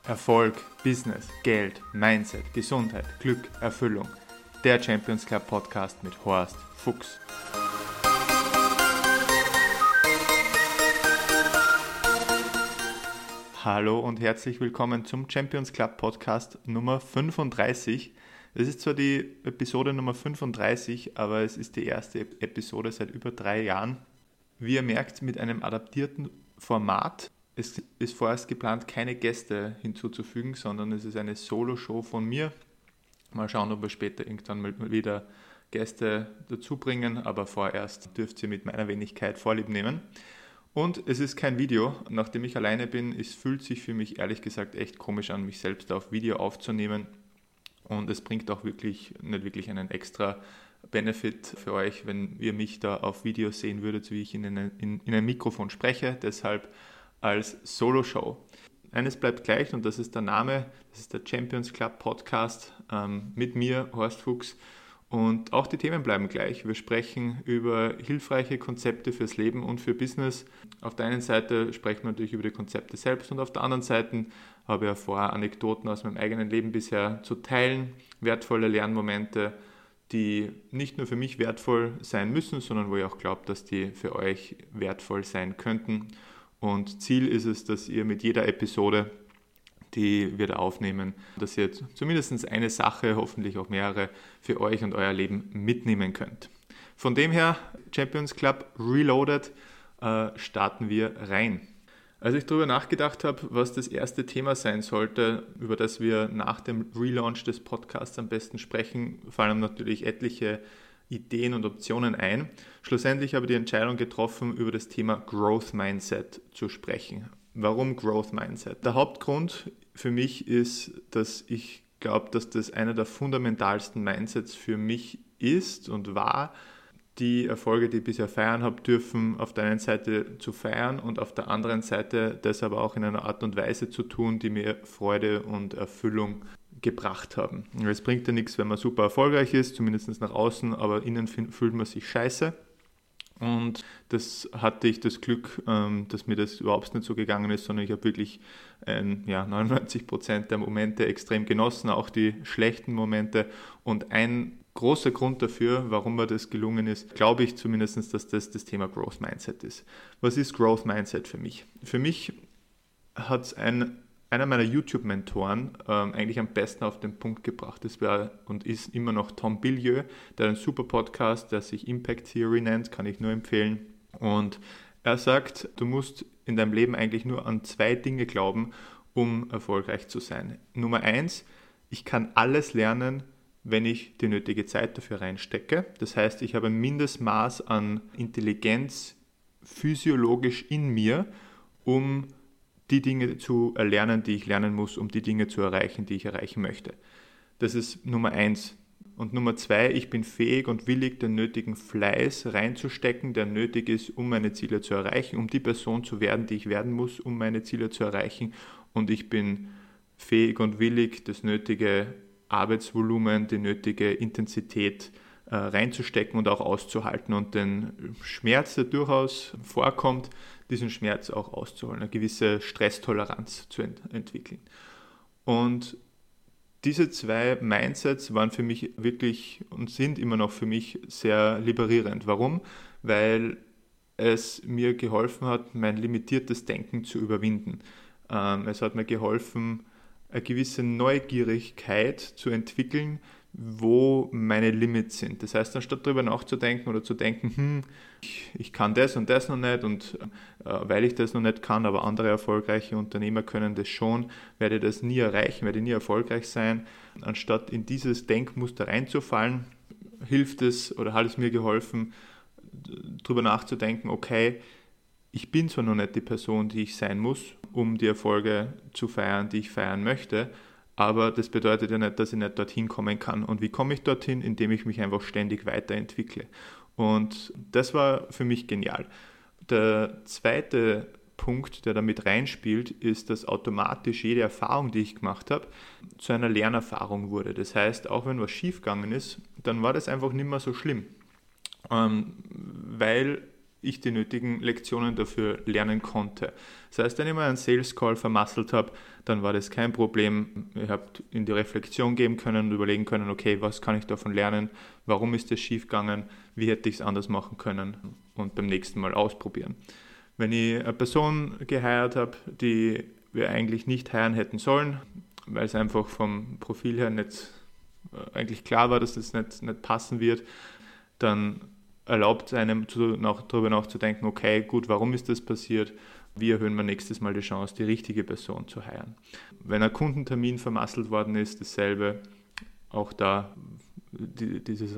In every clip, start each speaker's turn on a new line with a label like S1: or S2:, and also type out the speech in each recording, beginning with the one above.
S1: Erfolg, Business, Geld, Mindset, Gesundheit, Glück, Erfüllung. Der Champions Club Podcast mit Horst Fuchs. Hallo und herzlich willkommen zum Champions Club Podcast Nummer 35. Es ist zwar die Episode Nummer 35, aber es ist die erste Episode seit über 3 Jahren. Wie ihr merkt, mit einem adaptierten Format. Es ist vorerst geplant, keine Gäste hinzuzufügen, sondern es ist eine Solo-Show von mir. Mal schauen, ob wir später irgendwann mal wieder Gäste dazu bringen, aber vorerst dürft ihr mit meiner Wenigkeit Vorlieb nehmen. Und es ist kein Video. Nachdem ich alleine bin, es fühlt sich für mich ehrlich gesagt echt komisch an, mich selbst auf Video aufzunehmen. Und es bringt auch nicht wirklich einen extra Benefit für euch, wenn ihr mich da auf Video sehen würdet, wie ich in ein Mikrofon spreche. Deshalb als Solo-Show. Eines bleibt gleich und das ist der Name, das ist der Champions Club Podcast mit mir, Horst Fuchs. Und auch die Themen bleiben gleich. Wir sprechen über hilfreiche Konzepte fürs Leben und für Business. Auf der einen Seite sprechen wir natürlich über die Konzepte selbst und auf der anderen Seite habe ich ja vor, Anekdoten aus meinem eigenen Leben bisher zu teilen, wertvolle Lernmomente, die nicht nur für mich wertvoll sein müssen, sondern wo ich auch glaube, dass die für euch wertvoll sein könnten. Und Ziel ist es, dass ihr mit jeder Episode, die wir da aufnehmen, dass ihr zumindest eine Sache, hoffentlich auch mehrere, für euch und euer Leben mitnehmen könnt. Von dem her, Champions Club Reloaded, starten wir rein. Als ich darüber nachgedacht habe, was das erste Thema sein sollte, über das wir nach dem Relaunch des Podcasts am besten sprechen, fallen natürlich etliche Ideen und Optionen ein. Schlussendlich habe ich die Entscheidung getroffen, über das Thema Growth Mindset zu sprechen. Warum Growth Mindset? Der Hauptgrund für mich ist, dass ich glaube, dass das einer der fundamentalsten Mindsets für mich ist und war, die Erfolge, die ich bisher feiern habe dürfen, auf der einen Seite zu feiern und auf der anderen Seite das aber auch in einer Art und Weise zu tun, die mir Freude und Erfüllung gebracht haben. Es bringt ja nichts, wenn man super erfolgreich ist, zumindest nach außen, aber innen fühlt man sich scheiße. Und das hatte ich das Glück, dass mir das überhaupt nicht so gegangen ist, sondern ich habe wirklich 99% der Momente extrem genossen, auch die schlechten Momente. Und ein großer Grund dafür, warum mir das gelungen ist, glaube ich zumindest, dass das Thema Growth Mindset ist. Was ist Growth Mindset für mich? Für mich hat es einer meiner YouTube-Mentoren eigentlich am besten auf den Punkt gebracht. Das war und ist immer noch Tom Bilyeu, der hat einen super Podcast, der sich Impact Theory nennt, kann ich nur empfehlen. Und er sagt, du musst in deinem Leben eigentlich nur an 2 Dinge glauben, um erfolgreich zu sein. Nummer 1, ich kann alles lernen, wenn ich die nötige Zeit dafür reinstecke. Das heißt, ich habe ein Mindestmaß an Intelligenz physiologisch in mir, um die Dinge zu erlernen, die ich lernen muss, um die Dinge zu erreichen, die ich erreichen möchte. Das ist Nummer 1. Und Nummer 2, ich bin fähig und willig, den nötigen Fleiß reinzustecken, der nötig ist, um meine Ziele zu erreichen, um die Person zu werden, die ich werden muss, um meine Ziele zu erreichen. Und ich bin fähig und willig, das nötige Arbeitsvolumen, die nötige Intensität reinzustecken und auch auszuhalten und den Schmerz, der durchaus vorkommt, diesen Schmerz auch auszuholen, eine gewisse Stresstoleranz zu entwickeln. Und diese 2 Mindsets waren für mich wirklich und sind immer noch für mich sehr liberierend. Warum? Weil es mir geholfen hat, mein limitiertes Denken zu überwinden. Es hat mir geholfen, eine gewisse Neugierigkeit zu entwickeln, wo meine Limits sind. Das heißt, anstatt darüber nachzudenken oder zu denken, ich kann das und das noch nicht und weil ich das noch nicht kann, aber andere erfolgreiche Unternehmer können das schon, werde ich das nie erreichen, werde ich nie erfolgreich sein. Anstatt in dieses Denkmuster reinzufallen, hilft es oder hat es mir geholfen, darüber nachzudenken, okay, ich bin zwar noch nicht die Person, die ich sein muss, um die Erfolge zu feiern, die ich feiern möchte, aber das bedeutet ja nicht, dass ich nicht dorthin kommen kann. Und wie komme ich dorthin? Indem ich mich einfach ständig weiterentwickle. Und das war für mich genial. Der zweite Punkt, der damit reinspielt, ist, dass automatisch jede Erfahrung, die ich gemacht habe, zu einer Lernerfahrung wurde. Das heißt, auch wenn was schiefgegangen ist, dann war das einfach nicht mehr so schlimm. Weil ich die nötigen Lektionen dafür lernen konnte. Das heißt, wenn ich mal einen Sales Call vermasselt habe, dann war das kein Problem. Ich habe in die Reflexion gehen können und überlegen können, okay, was kann ich davon lernen, warum ist das schief gegangen, wie hätte ich es anders machen können und beim nächsten Mal ausprobieren. Wenn ich eine Person geheiert habe, die wir eigentlich nicht heiren hätten sollen, weil es einfach vom Profil her nicht eigentlich klar war, dass das nicht passen wird, dann erlaubt es einem darüber nachzudenken, okay, gut, warum ist das passiert? Wie erhöhen wir nächstes Mal die Chance, die richtige Person zu heiren? Wenn ein Kundentermin vermasselt worden ist, dasselbe, auch da dieser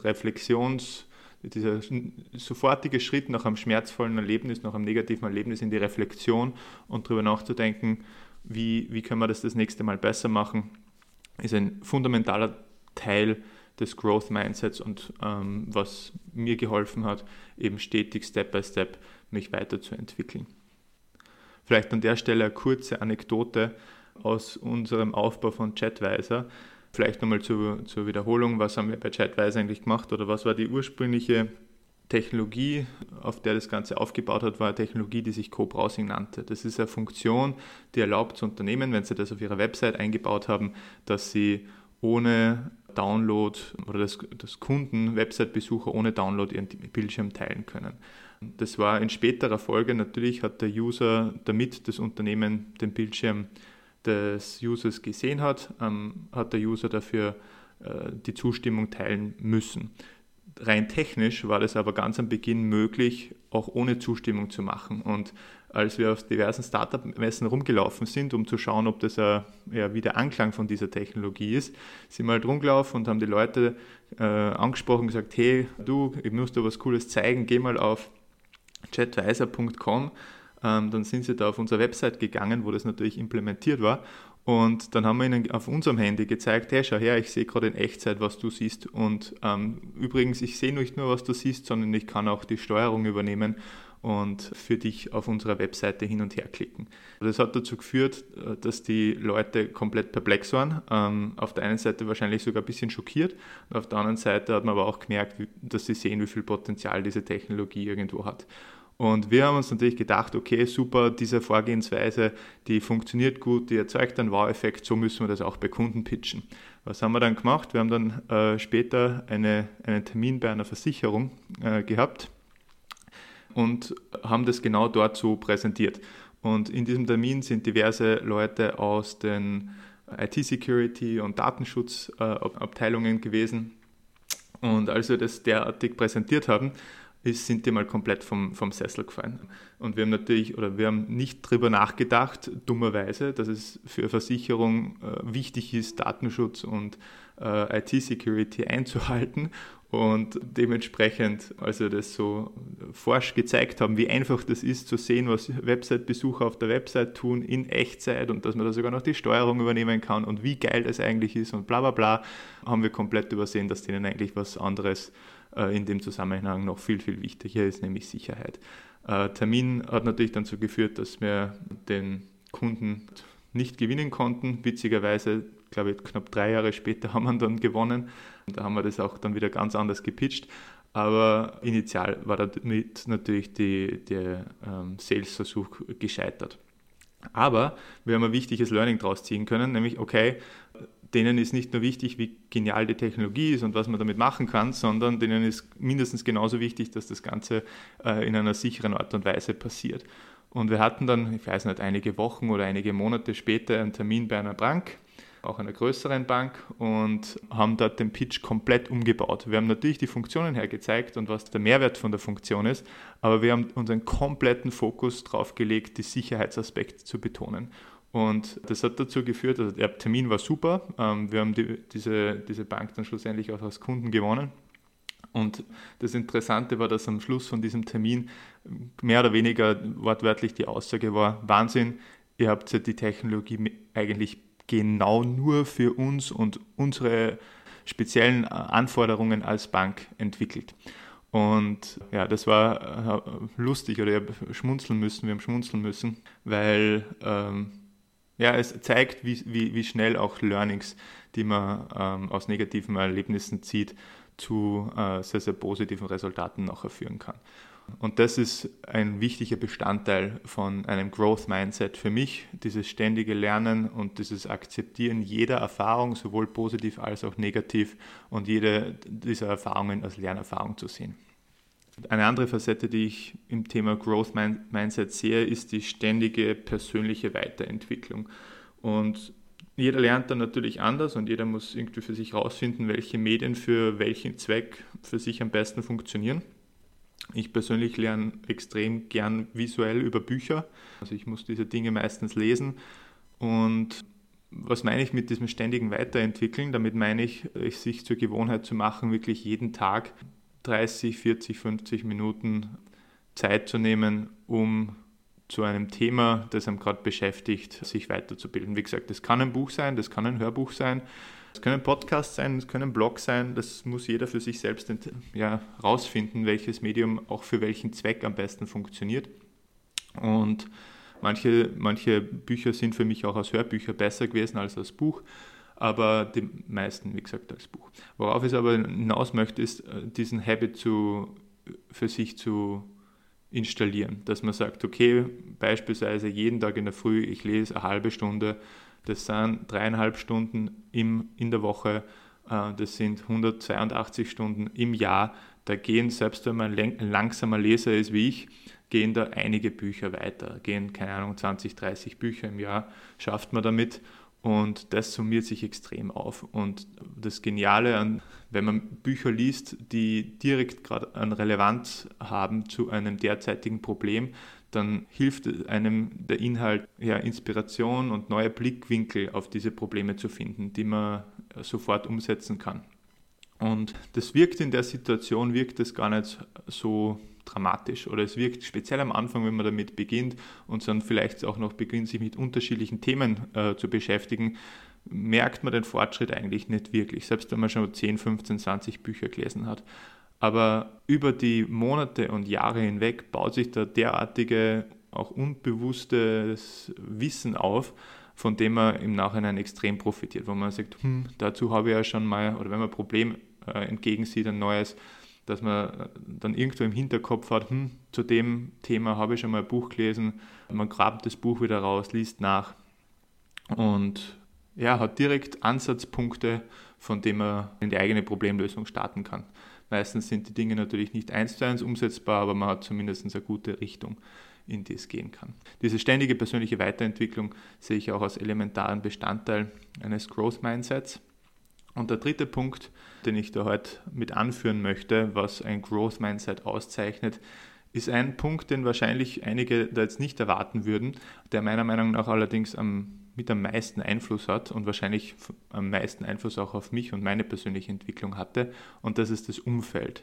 S1: sofortige Schritt nach einem schmerzvollen Erlebnis, nach einem negativen Erlebnis in die Reflexion und darüber nachzudenken, wie können wir das nächste Mal besser machen, ist ein fundamentaler Teil des Growth Mindsets und was mir geholfen hat, eben stetig Step by Step mich weiterzuentwickeln. Vielleicht an der Stelle eine kurze Anekdote aus unserem Aufbau von Chatvisor. Vielleicht nochmal zur Wiederholung, was haben wir bei Chatvisor eigentlich gemacht oder was war die ursprüngliche Technologie, auf der das Ganze aufgebaut hat, war eine Technologie, die sich Co-Browsing nannte. Das ist eine Funktion, die erlaubt Unternehmen, wenn sie das auf ihrer Website eingebaut haben, dass sie ohne Download oder dass Kunden, Website-Besucher ohne Download ihren Bildschirm teilen können. Das war in späterer Folge, natürlich hat der User, damit das Unternehmen den Bildschirm des Users gesehen hat, hat der User dafür die Zustimmung teilen müssen. Rein technisch war das aber ganz am Beginn möglich, auch ohne Zustimmung zu machen. Und als wir auf diversen Startup-Messen rumgelaufen sind, um zu schauen, ob das wie der Anklang von dieser Technologie ist, sind wir halt rumgelaufen und haben die Leute angesprochen und gesagt, hey, ich muss dir was Cooles zeigen, geh mal auf chatvisor.com. Dann sind sie da auf unsere Website gegangen, wo das natürlich implementiert war. Und dann haben wir ihnen auf unserem Handy gezeigt, hey, schau her, ich sehe gerade in Echtzeit, was du siehst. Und übrigens, ich sehe nicht nur, was du siehst, sondern ich kann auch die Steuerung übernehmen und für dich auf unserer Webseite hin und her klicken. Das hat dazu geführt, dass die Leute komplett perplex waren. Auf der einen Seite wahrscheinlich sogar ein bisschen schockiert. Und auf der anderen Seite hat man aber auch gemerkt, dass sie sehen, wie viel Potenzial diese Technologie irgendwo hat. Und wir haben uns natürlich gedacht, okay, super, diese Vorgehensweise, die funktioniert gut, die erzeugt einen Wow-Effekt, so müssen wir das auch bei Kunden pitchen. Was haben wir dann gemacht? Wir haben dann später einen Termin bei einer Versicherung gehabt und haben das genau dort so präsentiert. Und in diesem Termin sind diverse Leute aus den IT-Security- und Datenschutzabteilungen gewesen. Und als wir das derartig präsentiert haben, sind die mal komplett vom Sessel gefallen. Und wir haben nicht drüber nachgedacht, dummerweise, dass es für eine Versicherung wichtig ist, Datenschutz und IT-Security einzuhalten. Und dementsprechend, als wir das so forsch gezeigt haben, wie einfach das ist zu sehen, was Website-Besucher auf der Website tun in Echtzeit und dass man da sogar noch die Steuerung übernehmen kann und wie geil das eigentlich ist und bla bla bla, haben wir komplett übersehen, dass denen eigentlich was anderes in dem Zusammenhang noch viel, viel wichtiger ist, nämlich Sicherheit. Termin hat natürlich dann dazu geführt, dass wir den Kunden nicht gewinnen konnten. Witzigerweise, glaube ich, knapp 3 Jahre später haben wir ihn dann gewonnen. Da haben wir das auch dann wieder ganz anders gepitcht. Aber initial war damit natürlich der Sales-Versuch gescheitert. Aber wir haben ein wichtiges Learning daraus ziehen können, nämlich, okay, denen ist nicht nur wichtig, wie genial die Technologie ist und was man damit machen kann, sondern denen ist mindestens genauso wichtig, dass das Ganze in einer sicheren Art und Weise passiert. Und wir hatten dann, ich weiß nicht, einige Wochen oder einige Monate später einen Termin bei einer Bank, auch einer größeren Bank, und haben dort den Pitch komplett umgebaut. Wir haben natürlich die Funktionen hergezeigt und was der Mehrwert von der Funktion ist, aber wir haben unseren kompletten Fokus darauf gelegt, die Sicherheitsaspekte zu betonen. Und das hat dazu geführt, also der Termin war super, wir haben diese Bank dann schlussendlich auch als Kunden gewonnen. Und das Interessante war, dass am Schluss von diesem Termin mehr oder weniger wortwörtlich die Aussage war, Wahnsinn, ihr habt ja die Technologie eigentlich genau nur für uns und unsere speziellen Anforderungen als Bank entwickelt. Und ja, das war lustig, oder wir haben schmunzeln müssen, weil es zeigt, wie schnell auch Learnings, die man aus negativen Erlebnissen zieht, zu sehr, sehr positiven Resultaten nachher führen kann. Und das ist ein wichtiger Bestandteil von einem Growth Mindset für mich, dieses ständige Lernen und dieses Akzeptieren jeder Erfahrung, sowohl positiv als auch negativ, und jede dieser Erfahrungen als Lernerfahrung zu sehen. Eine andere Facette, die ich im Thema Growth Mindset sehe, ist die ständige persönliche Weiterentwicklung. Und jeder lernt dann natürlich anders und jeder muss irgendwie für sich herausfinden, welche Medien für welchen Zweck für sich am besten funktionieren. Ich persönlich lerne extrem gern visuell über Bücher. Also ich muss diese Dinge meistens lesen. Und was meine ich mit diesem ständigen Weiterentwickeln? Damit meine ich, es sich zur Gewohnheit zu machen, wirklich jeden Tag 30, 40, 50 Minuten Zeit zu nehmen, um zu einem Thema, das einem gerade beschäftigt, sich weiterzubilden. Wie gesagt, das kann ein Buch sein, das kann ein Hörbuch sein, das können Podcasts sein, das können Blogs sein, das muss jeder für sich selbst rausfinden, welches Medium auch für welchen Zweck am besten funktioniert. Und manche Bücher sind für mich auch als Hörbücher besser gewesen als als Buch, aber die meisten, wie gesagt, als Buch. Worauf ich aber hinaus möchte, ist, diesen Habit für sich zu installieren, dass man sagt, okay, beispielsweise jeden Tag in der Früh, ich lese eine halbe Stunde, das sind 3,5 Stunden in der Woche, das sind 182 Stunden im Jahr. Da gehen, selbst wenn man ein langsamer Leser ist wie ich, gehen da einige Bücher weiter. Gehen, keine Ahnung, 20, 30 Bücher im Jahr schafft man damit. Und das summiert sich extrem auf. Und das Geniale, wenn man Bücher liest, die direkt gerade an Relevanz haben zu einem derzeitigen Problem, dann hilft einem der Inhalt, Inspiration und neue Blickwinkel auf diese Probleme zu finden, die man sofort umsetzen kann. Und das wirkt in der Situation, wirkt es gar nicht so dramatisch, oder es wirkt speziell am Anfang, wenn man damit beginnt und dann vielleicht auch noch beginnt, sich mit unterschiedlichen Themen zu beschäftigen, merkt man den Fortschritt eigentlich nicht wirklich, selbst wenn man schon 10, 15, 20 Bücher gelesen hat. Aber über die Monate und Jahre hinweg baut sich da derartige, auch unbewusstes Wissen auf, von dem man im Nachhinein extrem profitiert, wo man sagt, dazu habe ich ja schon mal, oder wenn man ein Problem entgegensieht, ein neues, dass man dann irgendwo im Hinterkopf hat, zu dem Thema habe ich schon mal ein Buch gelesen, man grabt das Buch wieder raus, liest nach und hat direkt Ansatzpunkte, von denen man in die eigene Problemlösung starten kann. Meistens sind die Dinge natürlich nicht 1:1 umsetzbar, aber man hat zumindest eine gute Richtung, in die es gehen kann. Diese ständige persönliche Weiterentwicklung sehe ich auch als elementaren Bestandteil eines Growth Mindsets. Und der dritte Punkt, den ich da heute mit anführen möchte, was ein Growth Mindset auszeichnet, ist ein Punkt, den wahrscheinlich einige da jetzt nicht erwarten würden, der meiner Meinung nach allerdings mit am meisten Einfluss hat und wahrscheinlich am meisten Einfluss auch auf mich und meine persönliche Entwicklung hatte, und das ist das Umfeld.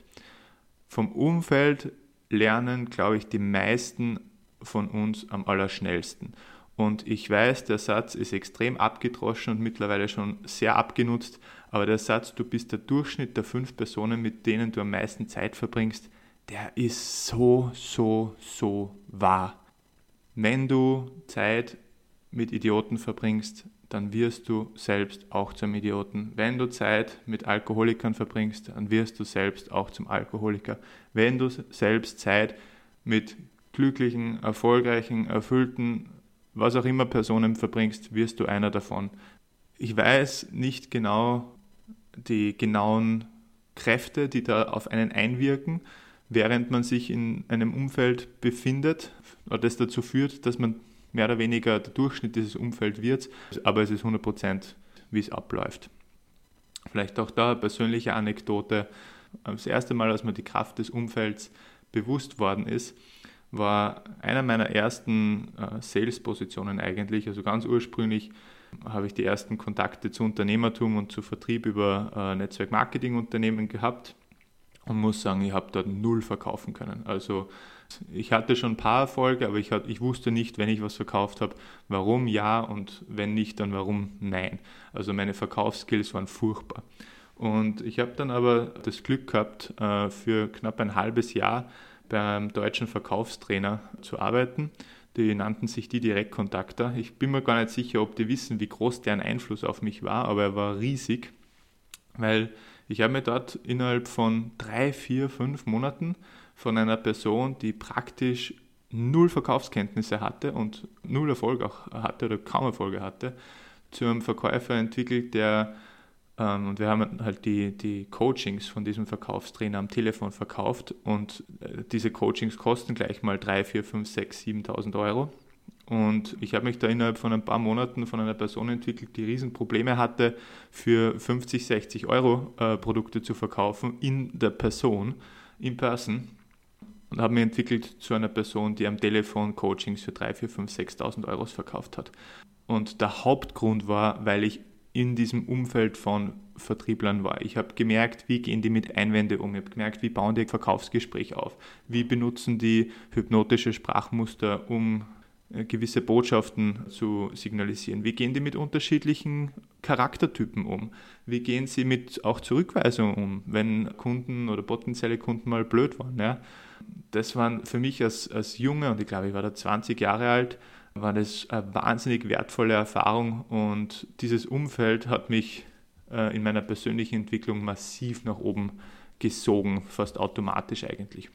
S1: Vom Umfeld lernen, glaube ich, die meisten von uns am allerschnellsten. Und ich weiß, der Satz ist extrem abgedroschen und mittlerweile schon sehr abgenutzt, aber der Satz, du bist der Durchschnitt der 5 Personen, mit denen du am meisten Zeit verbringst, der ist so wahr. Wenn du Zeit mit Idioten verbringst, dann wirst du selbst auch zum Idioten. Wenn du Zeit mit Alkoholikern verbringst, dann wirst du selbst auch zum Alkoholiker. Wenn du selbst Zeit mit glücklichen, erfolgreichen, erfüllten, was auch immer Personen verbringst, wirst du einer davon. Ich weiß nicht genau die genauen Kräfte, die da auf einen einwirken, während man sich in einem Umfeld befindet, oder das dazu führt, dass man mehr oder weniger der Durchschnitt dieses Umfelds wird, aber es ist 100%, wie es abläuft. Vielleicht auch da eine persönliche Anekdote. Das erste Mal, als mir die Kraft des Umfelds bewusst worden ist, war einer meiner ersten Sales-Positionen eigentlich, also ganz ursprünglich habe ich die ersten Kontakte zu Unternehmertum und zu Vertrieb über Netzwerk-Marketing-Unternehmen gehabt und muss sagen, ich habe dort null verkaufen können. Also ich hatte schon ein paar Erfolge, aber ich wusste nicht, wenn ich was verkauft habe, warum ja und wenn nicht, dann warum nein. Also meine Verkaufsskills waren furchtbar. Und ich habe dann aber das Glück gehabt, für knapp ein halbes Jahr beim deutschen Verkaufstrainer zu arbeiten. Die nannten sich die Direktkontakter. Ich bin mir gar nicht sicher, ob die wissen, wie groß deren Einfluss auf mich war, aber er war riesig, weil ich habe mir dort innerhalb von 3, 4, 5 Monaten von einer Person, die praktisch null Verkaufskenntnisse hatte und null Erfolg auch hatte oder kaum Erfolge hatte, zu einem Verkäufer entwickelt, der, und wir haben halt die Coachings von diesem Verkaufstrainer am Telefon verkauft und diese Coachings kosten gleich mal 3, 4, 5, 6, 7.000 Euro. Und ich habe mich da innerhalb von ein paar Monaten von einer Person entwickelt, die Riesenprobleme hatte, für 50, 60 Euro Produkte zu verkaufen in der Person, in person. Und habe mich entwickelt zu einer Person, die am Telefon Coachings für 3, 4, 5, 6.000 Euro verkauft hat. Und der Hauptgrund war, weil ich in diesem Umfeld von Vertrieblern war. Ich habe gemerkt, wie gehen die mit Einwände um. Ich habe gemerkt, wie bauen die ein Verkaufsgespräch auf. Wie benutzen die hypnotische Sprachmuster, um gewisse Botschaften zu signalisieren. Wie gehen die mit unterschiedlichen Charaktertypen um? Wie gehen sie mit auch Zurückweisung um, wenn Kunden oder potenzielle Kunden mal blöd waren? Ja? Das waren für mich als Junge, und ich glaube, ich war da 20 Jahre alt, war das eine wahnsinnig wertvolle Erfahrung, und dieses Umfeld hat mich in meiner persönlichen Entwicklung massiv nach oben gesogen, fast automatisch eigentlich.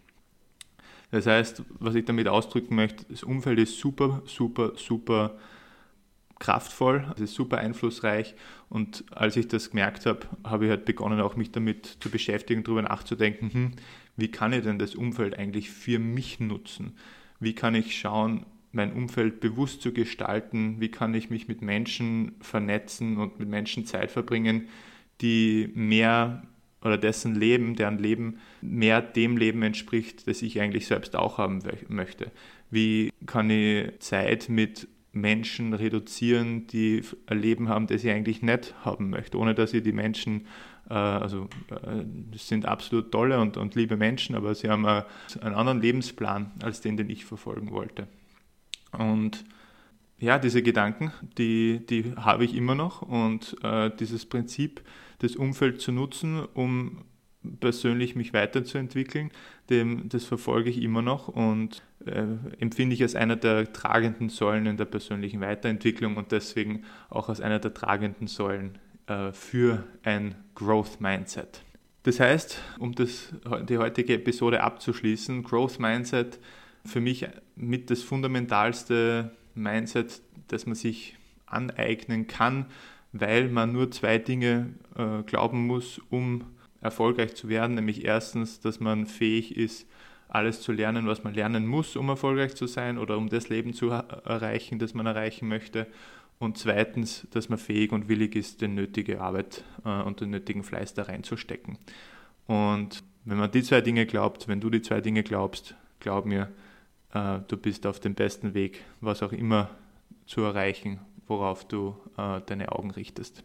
S1: Das heißt, was ich damit ausdrücken möchte, das Umfeld ist super, super, super kraftvoll, es ist super einflussreich, und als ich das gemerkt habe, habe ich halt begonnen, auch mich damit zu beschäftigen, darüber nachzudenken, wie kann ich denn das Umfeld eigentlich für mich nutzen? Wie kann ich schauen, mein Umfeld bewusst zu gestalten? Wie kann ich mich mit Menschen vernetzen und mit Menschen Zeit verbringen, die mehr oder deren Leben mehr dem Leben entspricht, das ich eigentlich selbst auch haben möchte? Wie kann ich Zeit mit Menschen reduzieren, die ein Leben haben, das ich eigentlich nicht haben möchte, ohne dass ich die Menschen, das sind absolut tolle und liebe Menschen, aber sie haben einen anderen Lebensplan als den ich verfolgen wollte. Und ja, diese Gedanken, die habe ich immer noch, und dieses Prinzip, das Umfeld zu nutzen, um persönlich mich weiterzuentwickeln, das verfolge ich immer noch und empfinde ich als einer der tragenden Säulen in der persönlichen Weiterentwicklung und deswegen auch als einer der tragenden Säulen für ein Growth Mindset. Das heißt, um die heutige Episode abzuschließen, Growth Mindset für mich mit das fundamentalste Mindset, das man sich aneignen kann, weil man nur 2 Dinge glauben muss, um erfolgreich zu werden. Nämlich erstens, dass man fähig ist, alles zu lernen, was man lernen muss, um erfolgreich zu sein oder um das Leben zu erreichen, das man erreichen möchte. Und zweitens, dass man fähig und willig ist, die nötige Arbeit und den nötigen Fleiß da reinzustecken. Und wenn man die 2 Dinge glaubt, wenn du die 2 Dinge glaubst, glaub mir, du bist auf dem besten Weg, was auch immer zu erreichen, worauf du deine Augen richtest.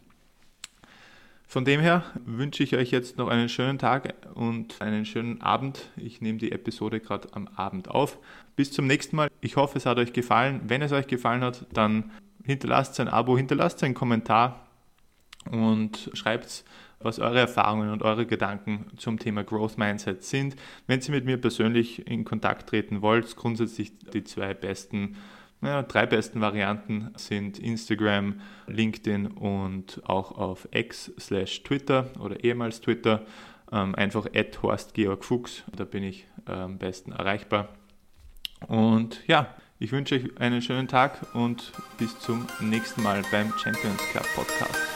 S1: Von dem her wünsche ich euch jetzt noch einen schönen Tag und einen schönen Abend. Ich nehme die Episode gerade am Abend auf. Bis zum nächsten Mal. Ich hoffe, es hat euch gefallen. Wenn es euch gefallen hat, dann hinterlasst ein Abo, hinterlasst einen Kommentar und schreibt, was eure Erfahrungen und eure Gedanken zum Thema Growth Mindset sind. Wenn ihr mit mir persönlich in Kontakt treten wollt, grundsätzlich die 3 besten Varianten sind Instagram, LinkedIn und auch auf X/Twitter oder ehemals Twitter, einfach @HorstGeorgFuchs, da bin ich am besten erreichbar. Und ja, ich wünsche euch einen schönen Tag und bis zum nächsten Mal beim Champions Club Podcast.